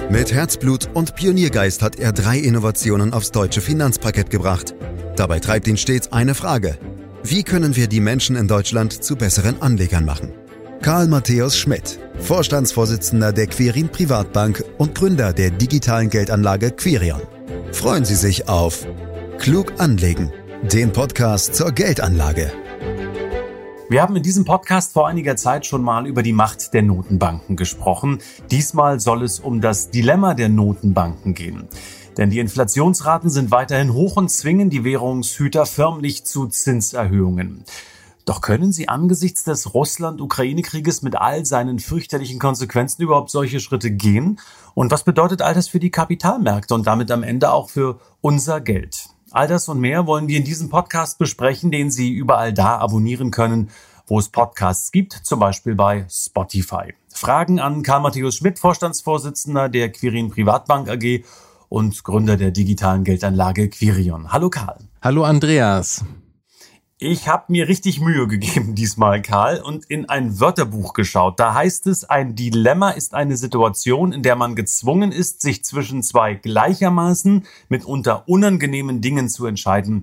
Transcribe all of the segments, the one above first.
Mit Herzblut und Pioniergeist hat er 3 Innovationen aufs deutsche Finanzparkett gebracht. Dabei treibt ihn stets eine Frage: Wie können wir die Menschen in Deutschland zu besseren Anlegern machen? Karl Matthäus Schmidt, Vorstandsvorsitzender der Quirin Privatbank und Gründer der digitalen Geldanlage Quirion. Freuen Sie sich auf Klug anlegen, den Podcast zur Geldanlage. Wir haben in diesem Podcast vor einiger Zeit schon mal über die Macht der Notenbanken gesprochen. Diesmal soll es um das Dilemma der Notenbanken gehen. Denn die Inflationsraten sind weiterhin hoch und zwingen die Währungshüter förmlich zu Zinserhöhungen. Doch können sie angesichts des Russland-Ukraine-Krieges mit all seinen fürchterlichen Konsequenzen überhaupt solche Schritte gehen? Und was bedeutet all das für die Kapitalmärkte und damit am Ende auch für unser Geld? All das und mehr wollen wir in diesem Podcast besprechen, den Sie überall da abonnieren können, wo es Podcasts gibt, zum Beispiel bei Spotify. Fragen an Karl Matthäus Schmidt, Vorstandsvorsitzender der Quirin Privatbank AG und Gründer der digitalen Geldanlage Quirion. Hallo Karl. Hallo Andreas. Ich habe mir richtig Mühe gegeben diesmal, Karl, und in ein Wörterbuch geschaut. Da heißt es, ein Dilemma ist eine Situation, in der man gezwungen ist, sich zwischen 2 gleichermaßen mitunter unangenehmen Dingen zu entscheiden.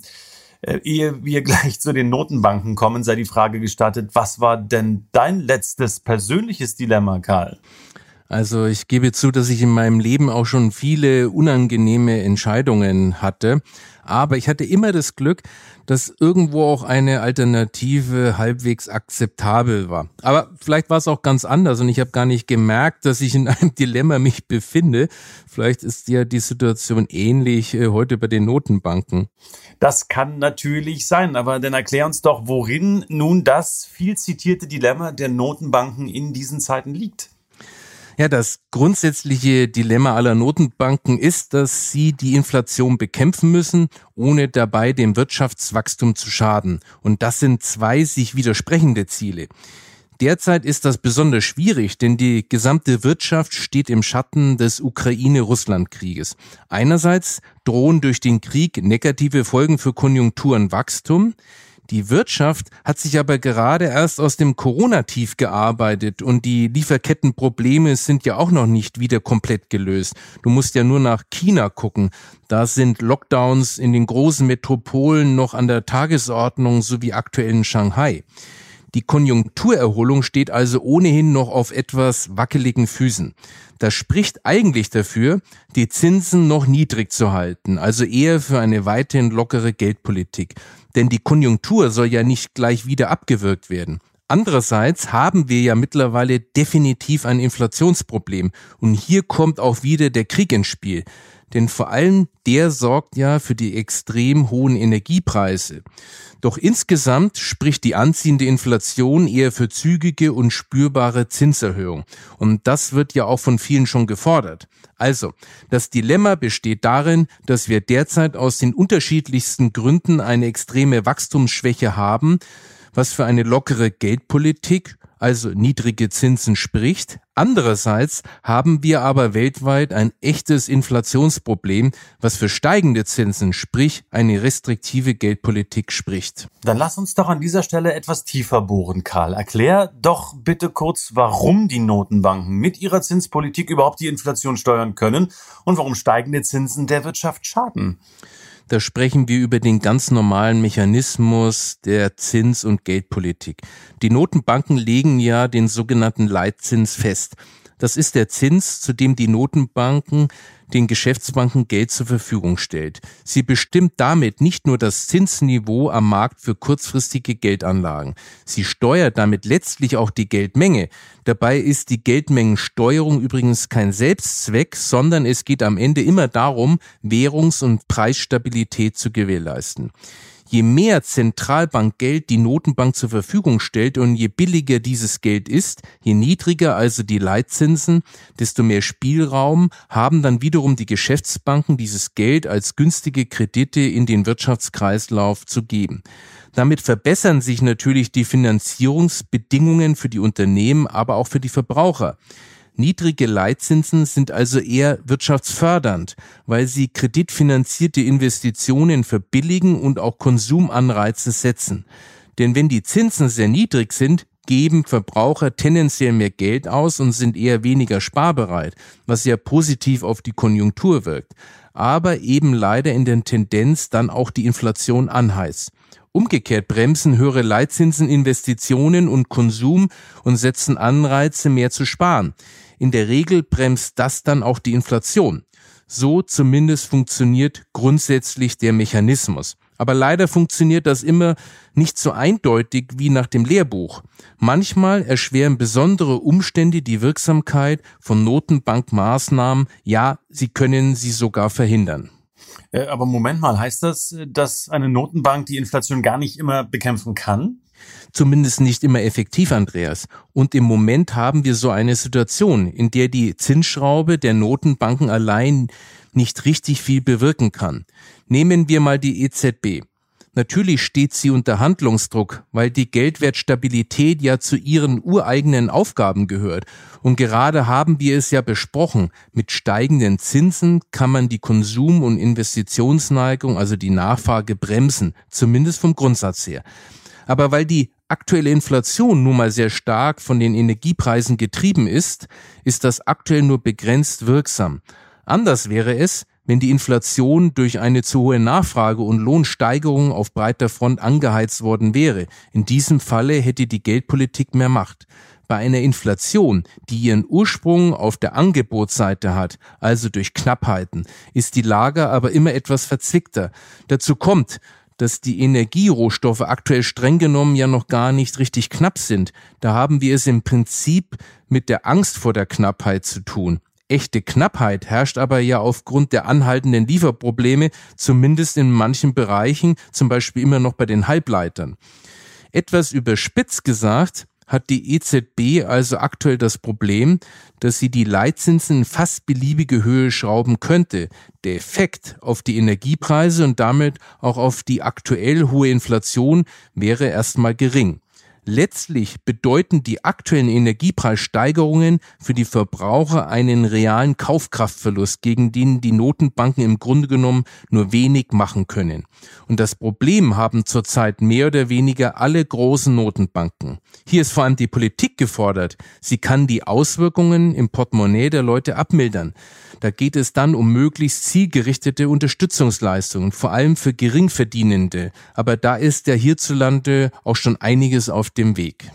Ehe wir gleich zu den Notenbanken kommen, sei die Frage gestattet, was war denn dein letztes persönliches Dilemma, Karl? Also ich gebe zu, dass ich in meinem Leben auch schon viele unangenehme Entscheidungen hatte. Aber ich hatte immer das Glück, dass irgendwo auch eine Alternative halbwegs akzeptabel war. Aber vielleicht war es auch ganz anders und ich habe gar nicht gemerkt, dass ich in einem Dilemma mich befinde. Vielleicht ist ja die Situation ähnlich heute bei den Notenbanken. Das kann natürlich sein, aber dann erklär uns doch, worin nun das viel zitierte Dilemma der Notenbanken in diesen Zeiten liegt. Ja, das grundsätzliche Dilemma aller Notenbanken ist, dass sie die Inflation bekämpfen müssen, ohne dabei dem Wirtschaftswachstum zu schaden. Und das sind 2 sich widersprechende Ziele. Derzeit ist das besonders schwierig, denn die gesamte Wirtschaft steht im Schatten des Ukraine-Russland-Krieges. Einerseits drohen durch den Krieg negative Folgen für Konjunkturenwachstum. Die Wirtschaft hat sich aber gerade erst aus dem Corona-Tief gearbeitet und die Lieferkettenprobleme sind ja auch noch nicht wieder komplett gelöst. Du musst ja nur nach China gucken. Da sind Lockdowns in den großen Metropolen noch an der Tagesordnung, sowie aktuell in Shanghai. Die Konjunkturerholung steht also ohnehin noch auf etwas wackeligen Füßen. Das spricht eigentlich dafür, die Zinsen noch niedrig zu halten, also eher für eine weiterhin lockere Geldpolitik. Denn die Konjunktur soll ja nicht gleich wieder abgewürgt werden. Andererseits haben wir ja mittlerweile definitiv ein Inflationsproblem. Und hier kommt auch wieder der Krieg ins Spiel. Denn vor allem der sorgt ja für die extrem hohen Energiepreise. Doch insgesamt spricht die anziehende Inflation eher für zügige und spürbare Zinserhöhung. Und das wird ja auch von vielen schon gefordert. Also, das Dilemma besteht darin, dass wir derzeit aus den unterschiedlichsten Gründen eine extreme Wachstumsschwäche haben, was für eine lockere Geldpolitik, also niedrige Zinsen, spricht. Andererseits haben wir aber weltweit ein echtes Inflationsproblem, was für steigende Zinsen, sprich eine restriktive Geldpolitik spricht. Dann lass uns doch an dieser Stelle etwas tiefer bohren, Karl. Erklär doch bitte kurz, warum die Notenbanken mit ihrer Zinspolitik überhaupt die Inflation steuern können und warum steigende Zinsen der Wirtschaft schaden. Da sprechen wir über den ganz normalen Mechanismus der Zins- und Geldpolitik. Die Notenbanken legen ja den sogenannten Leitzins fest. Das ist der Zins, zu dem die Notenbanken den Geschäftsbanken Geld zur Verfügung stellt. Sie bestimmt damit nicht nur das Zinsniveau am Markt für kurzfristige Geldanlagen. Sie steuert damit letztlich auch die Geldmenge. Dabei ist die Geldmengensteuerung übrigens kein Selbstzweck, sondern es geht am Ende immer darum, Währungs- und Preisstabilität zu gewährleisten. Je mehr Zentralbankgeld die Notenbank zur Verfügung stellt und je billiger dieses Geld ist, je niedriger also die Leitzinsen, desto mehr Spielraum haben dann wiederum die Geschäftsbanken, dieses Geld als günstige Kredite in den Wirtschaftskreislauf zu geben. Damit verbessern sich natürlich die Finanzierungsbedingungen für die Unternehmen, aber auch für die Verbraucher. Niedrige Leitzinsen sind also eher wirtschaftsfördernd, weil sie kreditfinanzierte Investitionen verbilligen und auch Konsumanreize setzen. Denn wenn die Zinsen sehr niedrig sind, geben Verbraucher tendenziell mehr Geld aus und sind eher weniger sparbereit, was ja positiv auf die Konjunktur wirkt, aber eben leider in der Tendenz dann auch die Inflation anheizt. Umgekehrt bremsen höhere Leitzinsen Investitionen und Konsum und setzen Anreize, mehr zu sparen. In der Regel bremst das dann auch die Inflation. So zumindest funktioniert grundsätzlich der Mechanismus. Aber leider funktioniert das immer nicht so eindeutig wie nach dem Lehrbuch. Manchmal erschweren besondere Umstände die Wirksamkeit von Notenbankmaßnahmen. Ja, sie können sie sogar verhindern. Aber Moment mal, heißt das, dass eine Notenbank die Inflation gar nicht immer bekämpfen kann? Zumindest nicht immer effektiv, Andreas. Und im Moment haben wir so eine Situation, in der die Zinsschraube der Notenbanken allein nicht richtig viel bewirken kann. Nehmen wir mal die EZB. Natürlich steht sie unter Handlungsdruck, weil die Geldwertstabilität ja zu ihren ureigenen Aufgaben gehört. Und gerade haben wir es ja besprochen, mit steigenden Zinsen kann man die Konsum- und Investitionsneigung, also die Nachfrage, bremsen, zumindest vom Grundsatz her. Aber weil die aktuelle Inflation nun mal sehr stark von den Energiepreisen getrieben ist, ist das aktuell nur begrenzt wirksam. Anders wäre es, wenn die Inflation durch eine zu hohe Nachfrage und Lohnsteigerung auf breiter Front angeheizt worden wäre. In diesem Falle hätte die Geldpolitik mehr Macht. Bei einer Inflation, die ihren Ursprung auf der Angebotsseite hat, also durch Knappheiten, ist die Lage aber immer etwas verzwickter. Dazu kommt, dass die Energierohstoffe aktuell streng genommen ja noch gar nicht richtig knapp sind. Da haben wir es im Prinzip mit der Angst vor der Knappheit zu tun. Echte Knappheit herrscht aber ja aufgrund der anhaltenden Lieferprobleme, zumindest in manchen Bereichen, zum Beispiel immer noch bei den Halbleitern. Etwas überspitzt gesagt, hat die EZB also aktuell das Problem, dass sie die Leitzinsen in fast beliebige Höhe schrauben könnte. Der Effekt auf die Energiepreise und damit auch auf die aktuell hohe Inflation wäre erstmal gering. Letztlich bedeuten die aktuellen Energiepreissteigerungen für die Verbraucher einen realen Kaufkraftverlust, gegen den die Notenbanken im Grunde genommen nur wenig machen können. Und das Problem haben zurzeit mehr oder weniger alle großen Notenbanken. Hier ist vor allem die Politik gefordert. Sie kann die Auswirkungen im Portemonnaie der Leute abmildern. Da geht es dann um möglichst zielgerichtete Unterstützungsleistungen, vor allem für Geringverdienende. Aber da ist ja hierzulande auch schon einiges auf dem Weg.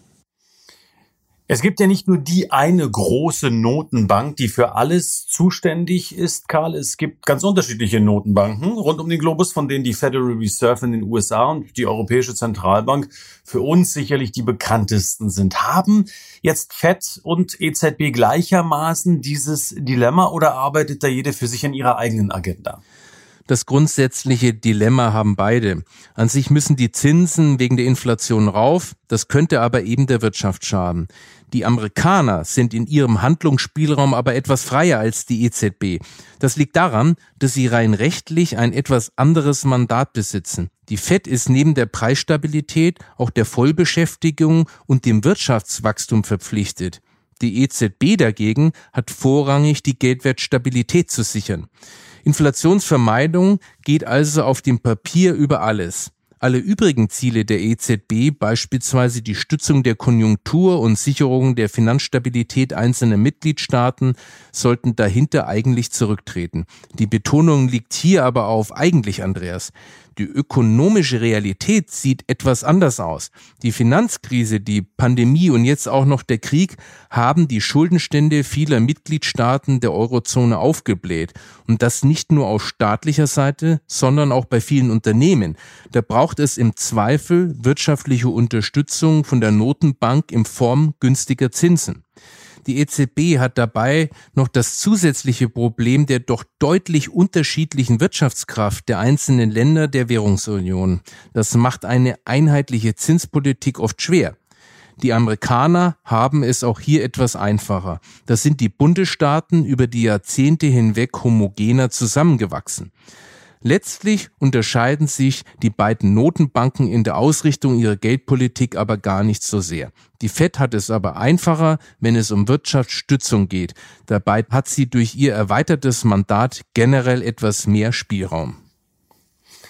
Es gibt ja nicht nur die eine große Notenbank, die für alles zuständig ist, Karl. Es gibt ganz unterschiedliche Notenbanken rund um den Globus, von denen die Federal Reserve in den USA und die Europäische Zentralbank für uns sicherlich die bekanntesten sind. Haben jetzt FED und EZB gleichermaßen dieses Dilemma oder arbeitet da jede für sich an ihrer eigenen Agenda? Das grundsätzliche Dilemma haben beide. An sich müssen die Zinsen wegen der Inflation rauf, das könnte aber eben der Wirtschaft schaden. Die Amerikaner sind in ihrem Handlungsspielraum aber etwas freier als die EZB. Das liegt daran, dass sie rein rechtlich ein etwas anderes Mandat besitzen. Die FED ist neben der Preisstabilität auch der Vollbeschäftigung und dem Wirtschaftswachstum verpflichtet. Die EZB dagegen hat vorrangig die Geldwertstabilität zu sichern. Inflationsvermeidung geht also auf dem Papier über alles. Alle übrigen Ziele der EZB, beispielsweise die Stützung der Konjunktur und Sicherung der Finanzstabilität einzelner Mitgliedstaaten, sollten dahinter eigentlich zurücktreten. Die Betonung liegt hier aber auf eigentlich, Andreas. Die ökonomische Realität sieht etwas anders aus. Die Finanzkrise, die Pandemie und jetzt auch noch der Krieg haben die Schuldenstände vieler Mitgliedstaaten der Eurozone aufgebläht. Und das nicht nur auf staatlicher Seite, sondern auch bei vielen Unternehmen. Da braucht es im Zweifel wirtschaftliche Unterstützung von der Notenbank in Form günstiger Zinsen. Die EZB hat dabei noch das zusätzliche Problem der doch deutlich unterschiedlichen Wirtschaftskraft der einzelnen Länder der Währungsunion. Das macht eine einheitliche Zinspolitik oft schwer. Die Amerikaner haben es auch hier etwas einfacher. Das sind die Bundesstaaten über die Jahrzehnte hinweg homogener zusammengewachsen. Letztlich unterscheiden sich die beiden Notenbanken in der Ausrichtung ihrer Geldpolitik aber gar nicht so sehr. Die FED hat es aber einfacher, wenn es um Wirtschaftsstützung geht. Dabei hat sie durch ihr erweitertes Mandat generell etwas mehr Spielraum.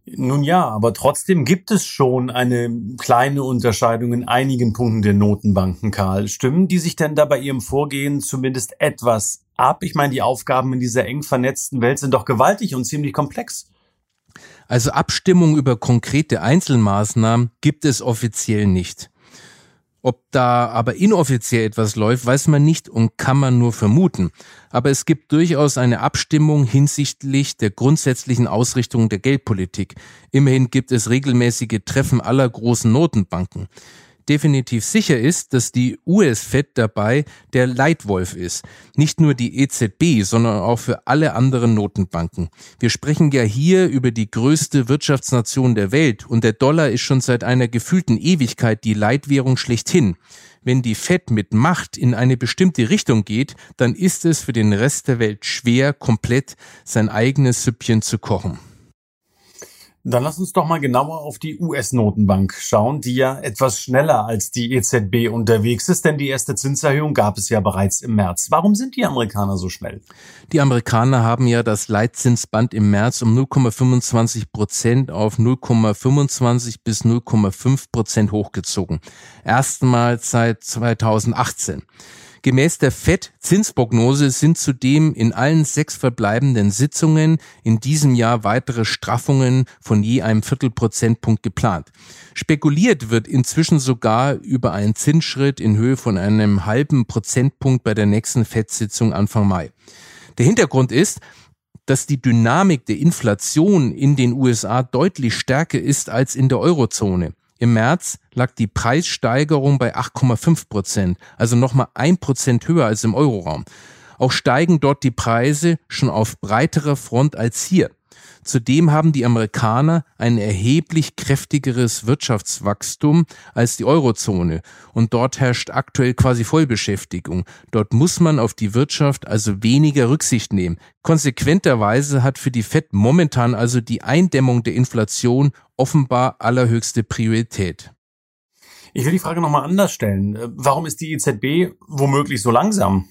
Nun ja, aber trotzdem gibt es schon eine kleine Unterscheidung in einigen Punkten der Notenbanken, Karl. Stimmen die sich denn da bei ihrem Vorgehen zumindest etwas ab? Ich meine, die Aufgaben in dieser eng vernetzten Welt sind doch gewaltig und ziemlich komplex. Also Abstimmung über konkrete Einzelmaßnahmen gibt es offiziell nicht. Ob da aber inoffiziell etwas läuft, weiß man nicht und kann man nur vermuten. Aber es gibt durchaus eine Abstimmung hinsichtlich der grundsätzlichen Ausrichtung der Geldpolitik. Immerhin gibt es regelmäßige Treffen aller großen Notenbanken. Definitiv sicher ist, dass die US-Fed dabei der Leitwolf ist. Nicht nur die EZB, sondern auch für alle anderen Notenbanken. Wir sprechen ja hier über die größte Wirtschaftsnation der Welt und der Dollar ist schon seit einer gefühlten Ewigkeit die Leitwährung schlechthin. Wenn die Fed mit Macht in eine bestimmte Richtung geht, dann ist es für den Rest der Welt schwer, komplett sein eigenes Süppchen zu kochen. Dann lass uns doch mal genauer auf die US-Notenbank schauen, die ja etwas schneller als die EZB unterwegs ist, denn die erste Zinserhöhung gab es ja bereits im März. Warum sind die Amerikaner so schnell? Die Amerikaner haben ja das Leitzinsband im März um 0,25% auf 0,25 bis 0,5% hochgezogen. Erstmals seit 2018. Gemäß der FED-Zinsprognose sind zudem in allen 6 verbleibenden Sitzungen in diesem Jahr weitere Straffungen von je einem Viertelprozentpunkt geplant. Spekuliert wird inzwischen sogar über einen Zinsschritt in Höhe von einem halben Prozentpunkt bei der nächsten FED-Sitzung Anfang Mai. Der Hintergrund ist, dass die Dynamik der Inflation in den USA deutlich stärker ist als in der Eurozone. Im März lag die Preissteigerung bei 8,5%, also nochmal 1% höher als im Euroraum. Auch steigen dort die Preise schon auf breiterer Front als hier. Zudem haben die Amerikaner ein erheblich kräftigeres Wirtschaftswachstum als die Eurozone und dort herrscht aktuell quasi Vollbeschäftigung. Dort muss man auf die Wirtschaft also weniger Rücksicht nehmen. Konsequenterweise hat für die FED momentan also die Eindämmung der Inflation offenbar allerhöchste Priorität. Ich will die Frage nochmal anders stellen. Warum ist die EZB womöglich so langsam?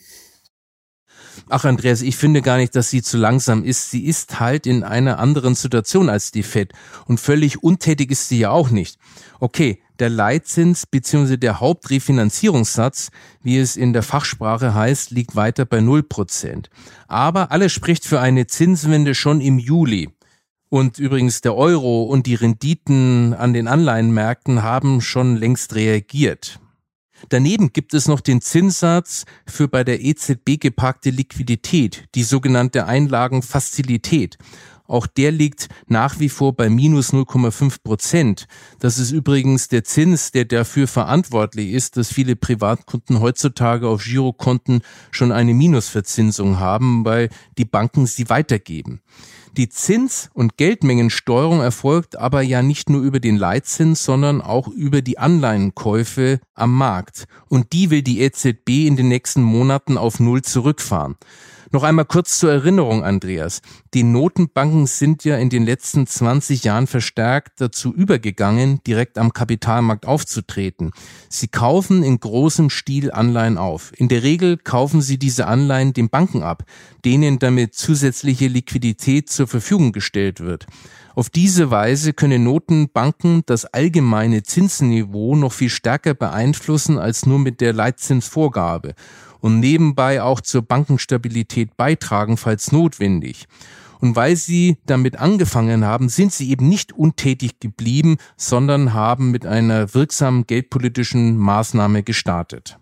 Ach Andreas, ich finde gar nicht, dass sie zu langsam ist. Sie ist halt in einer anderen Situation als die FED und völlig untätig ist sie ja auch nicht. Okay, der Leitzins bzw. der Hauptrefinanzierungssatz, wie es in der Fachsprache heißt, liegt weiter bei 0%. Aber alles spricht für eine Zinswende schon im Juli. Und übrigens der Euro und die Renditen an den Anleihenmärkten haben schon längst reagiert. Daneben gibt es noch den Zinssatz für bei der EZB geparkte Liquidität, die sogenannte Einlagenfazilität. Auch der liegt nach wie vor bei minus 0,5%. Das ist übrigens der Zins, der dafür verantwortlich ist, dass viele Privatkunden heutzutage auf Girokonten schon eine Minusverzinsung haben, weil die Banken sie weitergeben. Die Zins- und Geldmengensteuerung erfolgt aber ja nicht nur über den Leitzins, sondern auch über die Anleihenkäufe am Markt. Und die will die EZB in den nächsten Monaten auf 0 zurückfahren. Noch einmal kurz zur Erinnerung, Andreas. Die Notenbanken sind ja in den letzten 20 Jahren verstärkt dazu übergegangen, direkt am Kapitalmarkt aufzutreten. Sie kaufen in großem Stil Anleihen auf. In der Regel kaufen sie diese Anleihen den Banken ab, denen damit zusätzliche Liquidität zur Verfügung gestellt wird. Auf diese Weise können Notenbanken das allgemeine Zinsniveau noch viel stärker beeinflussen als nur mit der Leitzinsvorgabe und nebenbei auch zur Bankenstabilität beitragen, falls notwendig. Und weil sie damit angefangen haben, sind sie eben nicht untätig geblieben, sondern haben mit einer wirksamen geldpolitischen Maßnahme gestartet.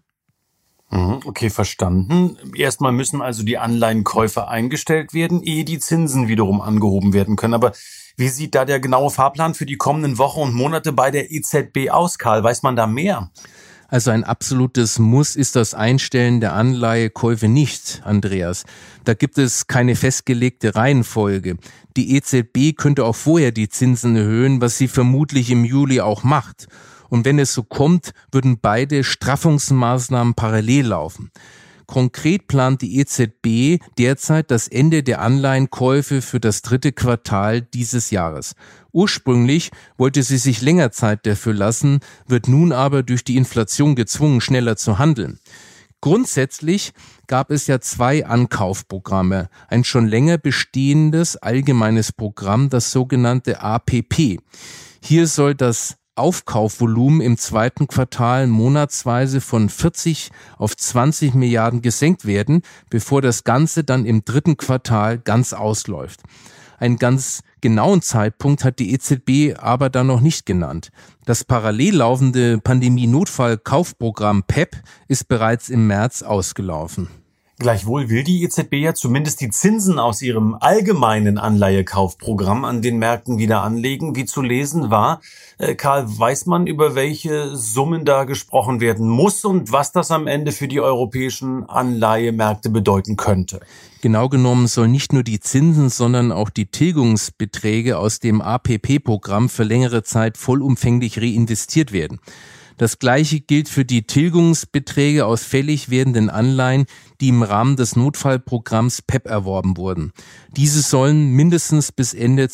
Okay, verstanden. Erstmal müssen also die Anleihenkäufe eingestellt werden, ehe die Zinsen wiederum angehoben werden können. Aber wie sieht da der genaue Fahrplan für die kommenden Wochen und Monate bei der EZB aus, Karl? Weiß man da mehr? Also ein absolutes Muss ist das Einstellen der Anleihekäufe nicht, Andreas. Da gibt es keine festgelegte Reihenfolge. Die EZB könnte auch vorher die Zinsen erhöhen, was sie vermutlich im Juli auch macht. Und wenn es so kommt, würden beide Straffungsmaßnahmen parallel laufen. Konkret plant die EZB derzeit das Ende der Anleihenkäufe für das 3. Quartal dieses Jahres. Ursprünglich wollte sie sich länger Zeit dafür lassen, wird nun aber durch die Inflation gezwungen, schneller zu handeln. Grundsätzlich gab es ja 2 Ankaufprogramme, ein schon länger bestehendes allgemeines Programm, das sogenannte APP. Hier soll das Aufkaufvolumen im 2. Quartal monatsweise von 40 auf 20 Milliarden gesenkt werden, bevor das Ganze dann im 3. Quartal ganz ausläuft. Einen ganz genauen Zeitpunkt hat die EZB aber dann noch nicht genannt. Das parallel laufende Pandemie-Notfall-Kaufprogramm PEP ist bereits im März ausgelaufen. Gleichwohl will die EZB ja zumindest die Zinsen aus ihrem allgemeinen Anleihekaufprogramm an den Märkten wieder anlegen, wie zu lesen war. Karl, weiß man, über welche Summen da gesprochen werden muss und was das am Ende für die europäischen Anleihemärkte bedeuten könnte? Genau genommen sollen nicht nur die Zinsen, sondern auch die Tilgungsbeträge aus dem APP-Programm für längere Zeit vollumfänglich reinvestiert werden. Das Gleiche gilt für die Tilgungsbeträge aus fällig werdenden Anleihen, die im Rahmen des Notfallprogramms PEP erworben wurden. Diese sollen mindestens bis Ende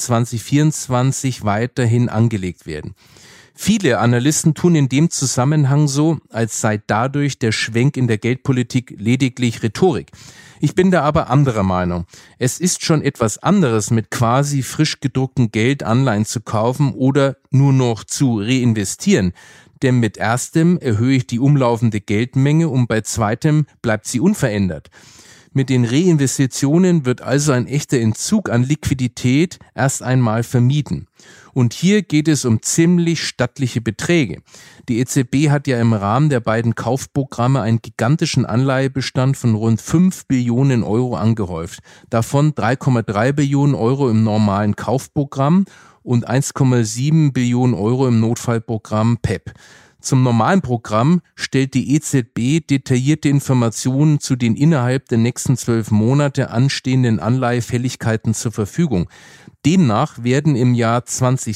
2024 weiterhin angelegt werden. Viele Analysten tun in dem Zusammenhang so, als sei dadurch der Schwenk in der Geldpolitik lediglich Rhetorik. Ich bin da aber anderer Meinung. Es ist schon etwas anderes, mit quasi frisch gedrucktem Geld Anleihen zu kaufen oder nur noch zu reinvestieren. Denn mit erstem erhöhe ich die umlaufende Geldmenge und bei zweitem bleibt sie unverändert. Mit den Reinvestitionen wird also ein echter Entzug an Liquidität erst einmal vermieden. Und hier geht es um ziemlich stattliche Beträge. Die EZB hat ja im Rahmen der beiden Kaufprogramme einen gigantischen Anleihebestand von rund 5 Billionen Euro angehäuft. Davon 3,3 Billionen Euro im normalen Kaufprogramm und 1,7 Billionen Euro im Notfallprogramm PEP. Zum normalen Programm stellt die EZB detaillierte Informationen zu den innerhalb der nächsten 12 Monate anstehenden Anleihefälligkeiten zur Verfügung. Demnach werden im Jahr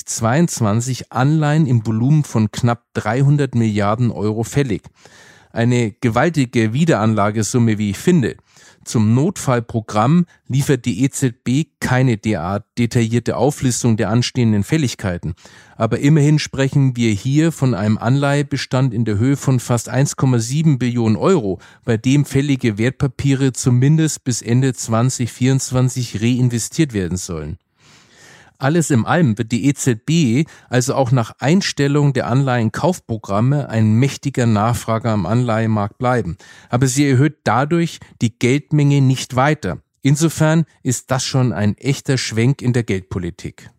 2022 Anleihen im Volumen von knapp 300 Milliarden Euro fällig. Eine gewaltige Wiederanlagesumme, wie ich finde. Zum Notfallprogramm liefert die EZB keine derart detaillierte Auflistung der anstehenden Fälligkeiten. Aber immerhin sprechen wir hier von einem Anleihebestand in der Höhe von fast 1,7 Billionen Euro, bei dem fällige Wertpapiere zumindest bis Ende 2024 reinvestiert werden sollen. Alles in allem wird die EZB also auch nach Einstellung der Anleihenkaufprogramme ein mächtiger Nachfrager am Anleihemarkt bleiben. Aber sie erhöht dadurch die Geldmenge nicht weiter. Insofern ist das schon ein echter Schwenk in der Geldpolitik.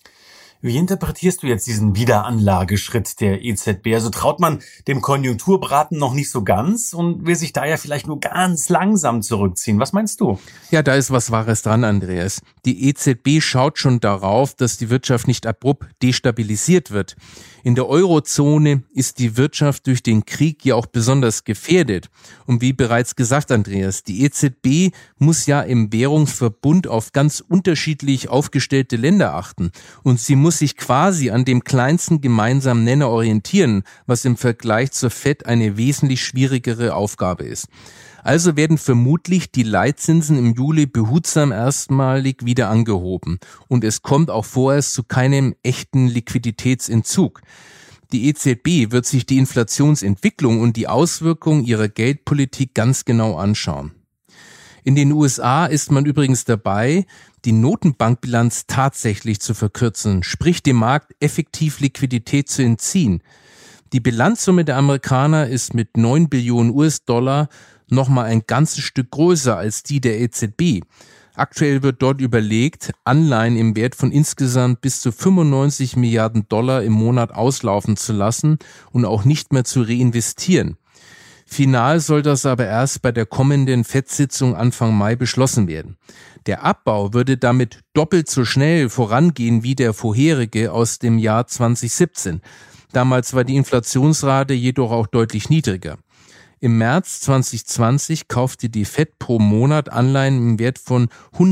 Wie interpretierst du jetzt diesen Wiederanlageschritt der EZB? Also traut man dem Konjunkturbraten noch nicht so ganz und will sich daher vielleicht nur ganz langsam zurückziehen. Was meinst du? Ja, da ist was Wahres dran, Andreas. Die EZB schaut schon darauf, dass die Wirtschaft nicht abrupt destabilisiert wird. In der Eurozone ist die Wirtschaft durch den Krieg ja auch besonders gefährdet. Und wie bereits gesagt, Andreas, die EZB muss ja im Währungsverbund auf ganz unterschiedlich aufgestellte Länder achten. Und sie muss sich quasi an dem kleinsten gemeinsamen Nenner orientieren, was im Vergleich zur FED eine wesentlich schwierigere Aufgabe ist. Also werden vermutlich die Leitzinsen im Juli behutsam erstmalig wieder angehoben. Und es kommt auch vorerst zu keinem echten Liquiditätsentzug. Die EZB wird sich die Inflationsentwicklung und die Auswirkungen ihrer Geldpolitik ganz genau anschauen. In den USA ist man übrigens dabei, die Notenbankbilanz tatsächlich zu verkürzen, sprich dem Markt effektiv Liquidität zu entziehen. Die Bilanzsumme der Amerikaner ist mit 9 Billionen US-Dollar nochmal ein ganzes Stück größer als die der EZB. Aktuell wird dort überlegt, Anleihen im Wert von insgesamt bis zu 95 Milliarden Dollar im Monat auslaufen zu lassen und auch nicht mehr zu reinvestieren. Final soll das aber erst bei der kommenden FED-Sitzung Anfang Mai beschlossen werden. Der Abbau würde damit doppelt so schnell vorangehen wie der vorherige aus dem Jahr 2017. Damals war die Inflationsrate jedoch auch deutlich niedriger. Im März 2020 kaufte die FED pro Monat Anleihen im Wert von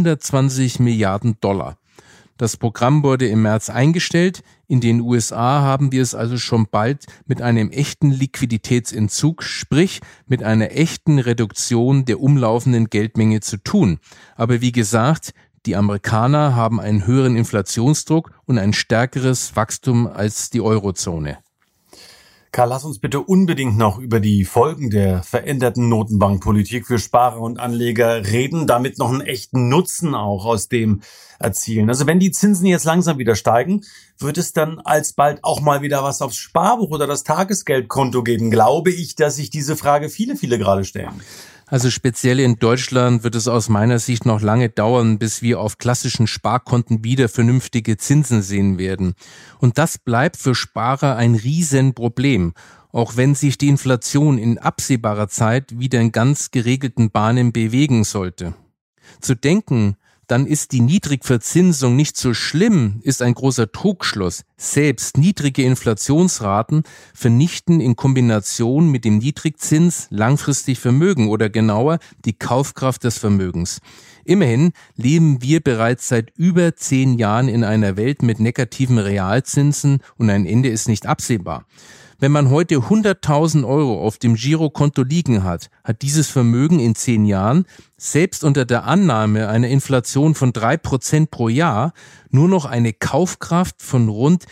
120 Milliarden Dollar. Das Programm wurde im März eingestellt. In den USA haben wir es also schon bald mit einem echten Liquiditätsentzug, sprich mit einer echten Reduktion der umlaufenden Geldmenge zu tun. Aber wie gesagt, die Amerikaner haben einen höheren Inflationsdruck und ein stärkeres Wachstum als die Eurozone. Karl, lass uns bitte unbedingt noch über die Folgen der veränderten Notenbankpolitik für Sparer und Anleger reden, damit noch einen echten Nutzen auch aus dem erzielen. Also wenn die Zinsen jetzt langsam wieder steigen, wird es dann alsbald auch mal wieder was aufs Sparbuch oder das Tagesgeldkonto geben? Glaube ich, dass sich diese Frage viele gerade stellen. Also speziell in Deutschland wird es aus meiner Sicht noch lange dauern, bis wir auf klassischen Sparkonten wieder vernünftige Zinsen sehen werden. Und das bleibt für Sparer ein Riesenproblem, auch wenn sich die Inflation in absehbarer Zeit wieder in ganz geregelten Bahnen bewegen sollte. Zu denken, dann ist die Niedrigverzinsung nicht so schlimm, ist ein großer Trugschluss. Selbst niedrige Inflationsraten vernichten in Kombination mit dem Niedrigzins langfristig Vermögen oder genauer die Kaufkraft des Vermögens. Immerhin leben wir bereits seit über 10 Jahren in einer Welt mit negativen Realzinsen und ein Ende ist nicht absehbar. Wenn man heute 100.000 Euro auf dem Girokonto liegen hat, hat dieses Vermögen in 10 Jahren, selbst unter der Annahme einer Inflation von 3% pro Jahr, nur noch eine Kaufkraft von rund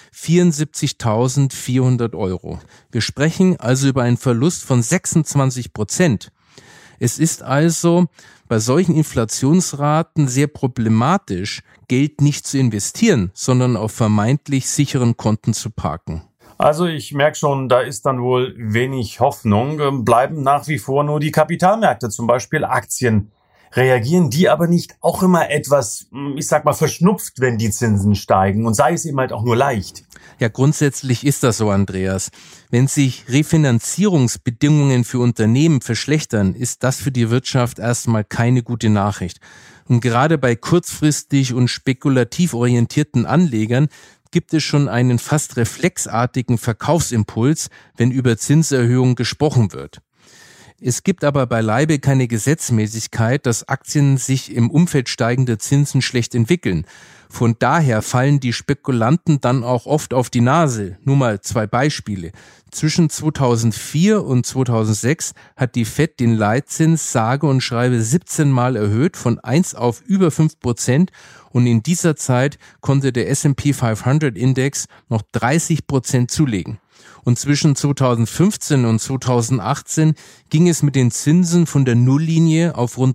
74.400 Euro. Wir sprechen also über einen Verlust von 26%. Es ist also bei solchen Inflationsraten sehr problematisch, Geld nicht zu investieren, sondern auf vermeintlich sicheren Konten zu parken. Also ich merke schon, da ist dann wohl wenig Hoffnung. Bleiben nach wie vor nur die Kapitalmärkte, zum Beispiel Aktien. Reagieren die aber nicht auch immer etwas, verschnupft, wenn die Zinsen steigen und sei es eben halt auch nur leicht? Ja, grundsätzlich ist das so, Andreas. Wenn sich Refinanzierungsbedingungen für Unternehmen verschlechtern, ist das für die Wirtschaft erstmal keine gute Nachricht. Und gerade bei kurzfristig und spekulativ orientierten Anlegern gibt es schon einen fast reflexartigen Verkaufsimpuls, wenn über Zinserhöhungen gesprochen wird. Es gibt aber beileibe keine Gesetzmäßigkeit, dass Aktien sich im Umfeld steigender Zinsen schlecht entwickeln. Von daher fallen die Spekulanten dann auch oft auf die Nase. Nur mal 2 Beispiele. Zwischen 2004 und 2006 hat die FED den Leitzins sage und schreibe 17 Mal erhöht, von 1 auf über 5%. Und in dieser Zeit konnte der S&P 500 Index noch 30% zulegen. Und zwischen 2015 und 2018 ging es mit den Zinsen von der Nulllinie auf rund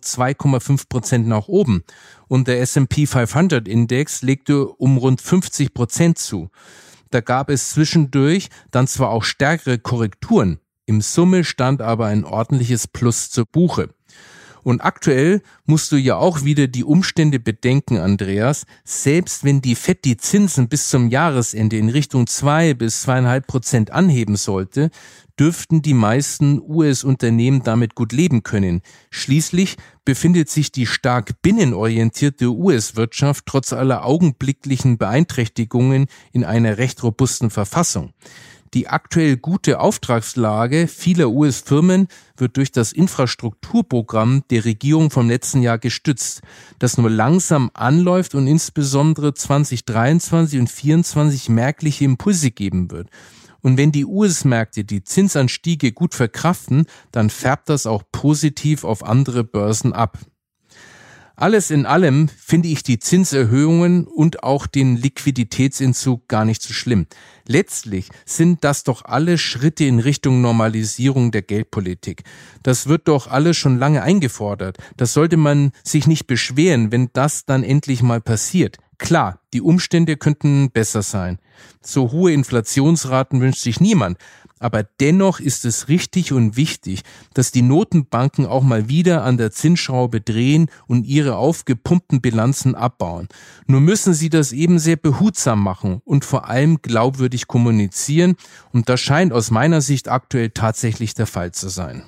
2,5% nach oben. Und der S&P 500 Index legte um rund 50% zu. Da gab es zwischendurch dann zwar auch stärkere Korrekturen, im Summe stand aber ein ordentliches Plus zu Buche. Und aktuell musst du ja auch wieder die Umstände bedenken, Andreas. Selbst wenn die FED die Zinsen bis zum Jahresende in Richtung 2 bis 2,5% anheben sollte, dürften die meisten US-Unternehmen damit gut leben können. Schließlich befindet sich die stark binnenorientierte US-Wirtschaft trotz aller augenblicklichen Beeinträchtigungen in einer recht robusten Verfassung. Die aktuell gute Auftragslage vieler US-Firmen wird durch das Infrastrukturprogramm der Regierung vom letzten Jahr gestützt, das nur langsam anläuft und insbesondere 2023 und 2024 merkliche Impulse geben wird. Und wenn die US-Märkte die Zinsanstiege gut verkraften, dann färbt das auch positiv auf andere Börsen ab. Alles in allem finde ich die Zinserhöhungen und auch den Liquiditätsentzug gar nicht so schlimm. Letztlich sind das doch alle Schritte in Richtung Normalisierung der Geldpolitik. Das wird doch alles schon lange eingefordert. Das sollte man sich nicht beschweren, wenn das dann endlich mal passiert. Klar, die Umstände könnten besser sein. So hohe Inflationsraten wünscht sich niemand. Aber dennoch ist es richtig und wichtig, dass die Notenbanken auch mal wieder an der Zinsschraube drehen und ihre aufgepumpten Bilanzen abbauen. Nur müssen sie das eben sehr behutsam machen und vor allem glaubwürdig kommunizieren. Und das scheint aus meiner Sicht aktuell tatsächlich der Fall zu sein.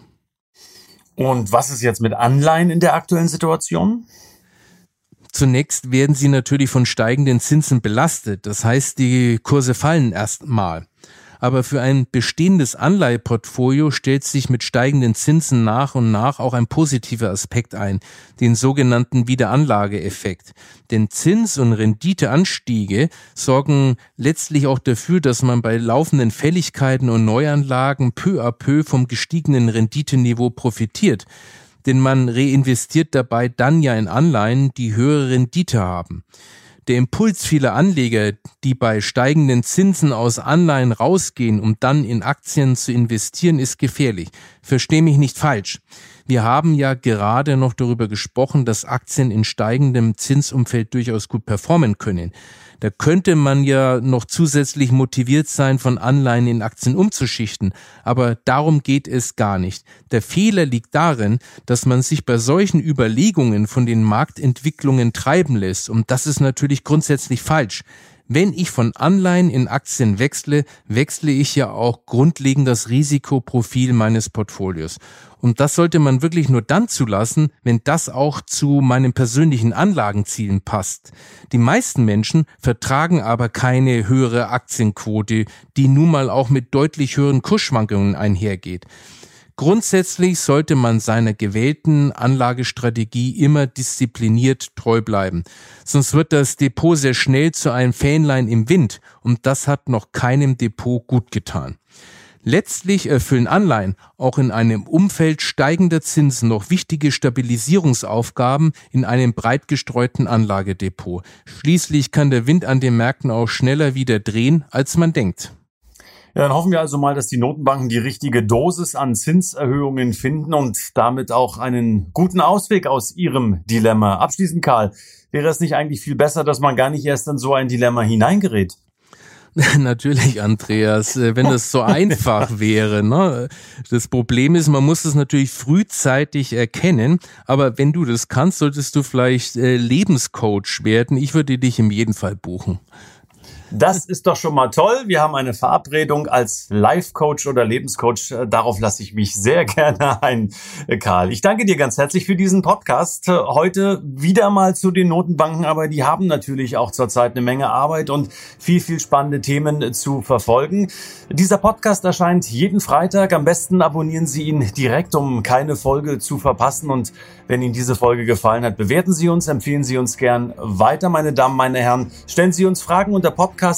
Und was ist jetzt mit Anleihen in der aktuellen Situation? Zunächst werden sie natürlich von steigenden Zinsen belastet. Das heißt, die Kurse fallen erstmal. Aber für ein bestehendes Anleiheportfolio stellt sich mit steigenden Zinsen nach und nach auch ein positiver Aspekt ein, den sogenannten Wiederanlageeffekt. Denn Zins- und Renditeanstiege sorgen letztlich auch dafür, dass man bei laufenden Fälligkeiten und Neuanlagen peu à peu vom gestiegenen Renditeniveau profitiert. Denn man reinvestiert dabei dann ja in Anleihen, die höhere Rendite haben. Der Impuls vieler Anleger, die bei steigenden Zinsen aus Anleihen rausgehen, um dann in Aktien zu investieren, ist gefährlich. Versteh mich nicht falsch. Wir haben ja gerade noch darüber gesprochen, dass Aktien in steigendem Zinsumfeld durchaus gut performen können. Da könnte man ja noch zusätzlich motiviert sein, von Anleihen in Aktien umzuschichten. Aber darum geht es gar nicht. Der Fehler liegt darin, dass man sich bei solchen Überlegungen von den Marktentwicklungen treiben lässt. Und das ist natürlich grundsätzlich falsch. Wenn ich von Anleihen in Aktien wechsle ich ja auch grundlegend das Risikoprofil meines Portfolios. Und das sollte man wirklich nur dann zulassen, wenn das auch zu meinen persönlichen Anlagenzielen passt. Die meisten Menschen vertragen aber keine höhere Aktienquote, die nun mal auch mit deutlich höheren Kursschwankungen einhergeht. Grundsätzlich sollte man seiner gewählten Anlagestrategie immer diszipliniert treu bleiben. Sonst wird das Depot sehr schnell zu einem Fähnlein im Wind und das hat noch keinem Depot gut getan. Letztlich erfüllen Anleihen auch in einem Umfeld steigender Zinsen noch wichtige Stabilisierungsaufgaben in einem breit gestreuten Anlagedepot. Schließlich kann der Wind an den Märkten auch schneller wieder drehen, als man denkt. Ja, dann hoffen wir also mal, dass die Notenbanken die richtige Dosis an Zinserhöhungen finden und damit auch einen guten Ausweg aus ihrem Dilemma. Abschließend, Karl, wäre es nicht eigentlich viel besser, dass man gar nicht erst in so ein Dilemma hineingerät? Natürlich, Andreas, wenn das so einfach wäre, ne? Das Problem ist, man muss es natürlich frühzeitig erkennen, aber wenn du das kannst, solltest du vielleicht Lebenscoach werden. Ich würde dich in jedem Fall buchen. Das ist doch schon mal toll. Wir haben eine Verabredung als Life-Coach oder Lebenscoach. Darauf lasse ich mich sehr gerne ein, Karl. Ich danke dir ganz herzlich für diesen Podcast. Heute wieder mal zu den Notenbanken, aber die haben natürlich auch zurzeit eine Menge Arbeit und viel spannende Themen zu verfolgen. Dieser Podcast erscheint jeden Freitag. Am besten abonnieren Sie ihn direkt, um keine Folge zu verpassen. Und wenn Ihnen diese Folge gefallen hat, bewerten Sie uns, empfehlen Sie uns gern weiter, meine Damen, meine Herren. Stellen Sie uns Fragen unter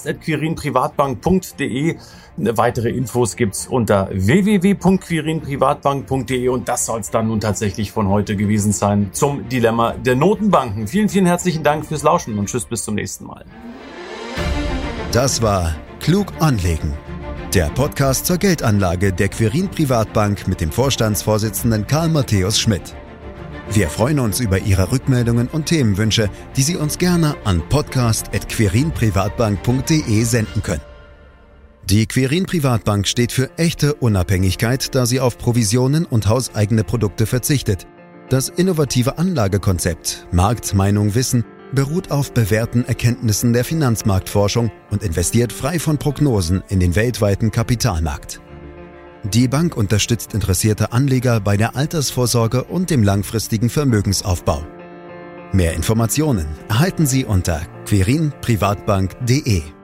podcast@quirinprivatbank.de. Weitere Infos gibt's unter www.quirinprivatbank.de und das soll es dann nun tatsächlich von heute gewesen sein zum Dilemma der Notenbanken. Vielen herzlichen Dank fürs Lauschen und tschüss, bis zum nächsten Mal. Das war Klug anlegen, der Podcast zur Geldanlage der Quirin Privatbank mit dem Vorstandsvorsitzenden Karl Matthäus Schmidt. Wir freuen uns über Ihre Rückmeldungen und Themenwünsche, die Sie uns gerne an podcast@quirinprivatbank.de senden können. Die Quirin Privatbank steht für echte Unabhängigkeit, da sie auf Provisionen und hauseigene Produkte verzichtet. Das innovative Anlagekonzept Markt, Meinung, Wissen beruht auf bewährten Erkenntnissen der Finanzmarktforschung und investiert frei von Prognosen in den weltweiten Kapitalmarkt. Die Bank unterstützt interessierte Anleger bei der Altersvorsorge und dem langfristigen Vermögensaufbau. Mehr Informationen erhalten Sie unter quirinprivatbank.de.